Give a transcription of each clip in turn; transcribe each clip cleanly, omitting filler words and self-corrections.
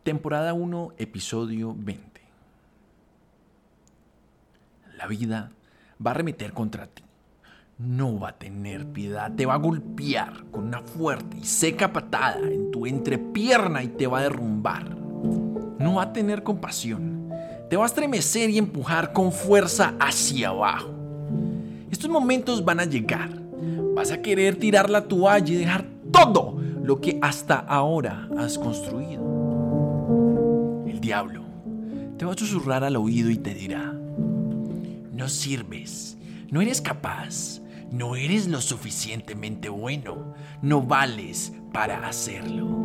Temporada 1, episodio 20. La vida va a arremeter contra ti. No va a tener piedad, te va a golpear con una fuerte y seca patada en tu entrepierna y te va a derrumbar. No va a tener compasión, te va a estremecer y empujar con fuerza hacia abajo. Estos momentos van a llegar. Vas a querer tirar la toalla y dejar todo lo que hasta ahora has construido. El diablo te va a susurrar al oído y te dirá: no sirves, no eres capaz, no eres lo suficientemente bueno, no vales para hacerlo.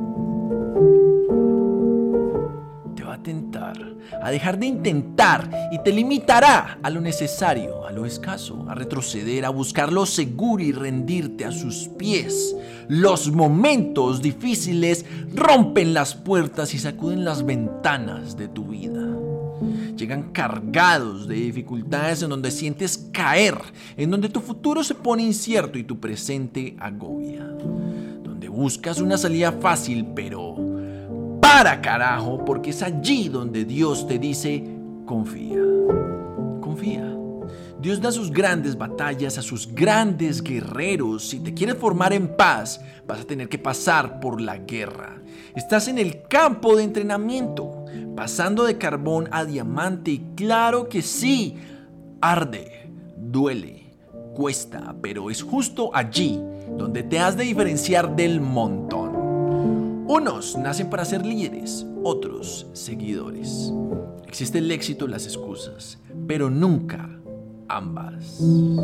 Te va a tentar a dejar de intentar y te limitará a lo necesario, a lo escaso, a retroceder, a buscar lo seguro y rendirte a sus pies. Los momentos difíciles rompen las puertas y sacuden las ventanas de tu vida. Llegan cargados de dificultades en donde sientes caer, en donde tu futuro se pone incierto y tu presente agobia, donde buscas una salida fácil, pero para carajo, porque es allí donde Dios te dice: confía, confía. Dios da sus grandes batallas a sus grandes guerreros. Si te quieres formar en paz, vas a tener que pasar por la guerra. Estás en el campo de entrenamiento, pasando de carbón a diamante, y claro que sí, arde, duele, cuesta, pero es justo allí donde te has de diferenciar del montón. Unos nacen para ser líderes, otros seguidores. Existe el éxito y las excusas, pero nunca ambas.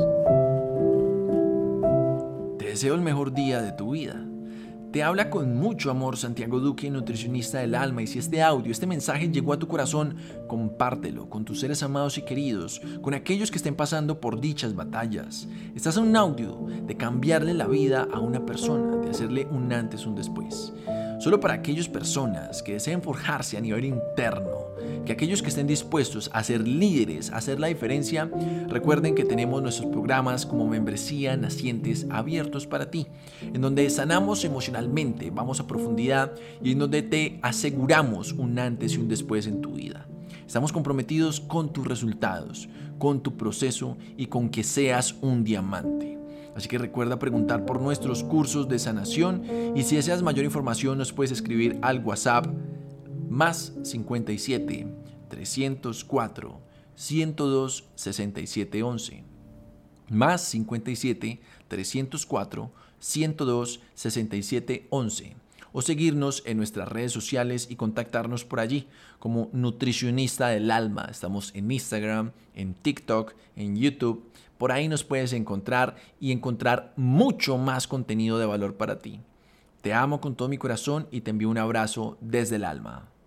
Te deseo el mejor día de tu vida. Te habla con mucho amor Santiago Duque, nutricionista del alma, y si este audio, este mensaje llegó a tu corazón, compártelo con tus seres amados y queridos, con aquellos que estén pasando por dichas batallas. Estás en un audio de cambiarle la vida a una persona, de hacerle un antes, un después. Solo para aquellas personas que deseen forjarse a nivel interno, que aquellos que estén dispuestos a ser líderes, a hacer la diferencia, recuerden que tenemos nuestros programas como membresía nacientes abiertos para ti, en donde sanamos emocionalmente, vamos a profundidad y en donde te aseguramos un antes y un después en tu vida. Estamos comprometidos con tus resultados, con tu proceso y con que seas un diamante. Así que recuerda preguntar por nuestros cursos de sanación, y si deseas mayor información nos puedes escribir al WhatsApp más 57 304 102 67 11, más 57 304 102 67 11, o seguirnos en nuestras redes sociales y contactarnos por allí como Nutricionista del Alma. Estamos en Instagram, en TikTok, en YouTube. Por ahí nos puedes encontrar y encontrar mucho más contenido de valor para ti. Te amo con todo mi corazón y te envío un abrazo desde el alma.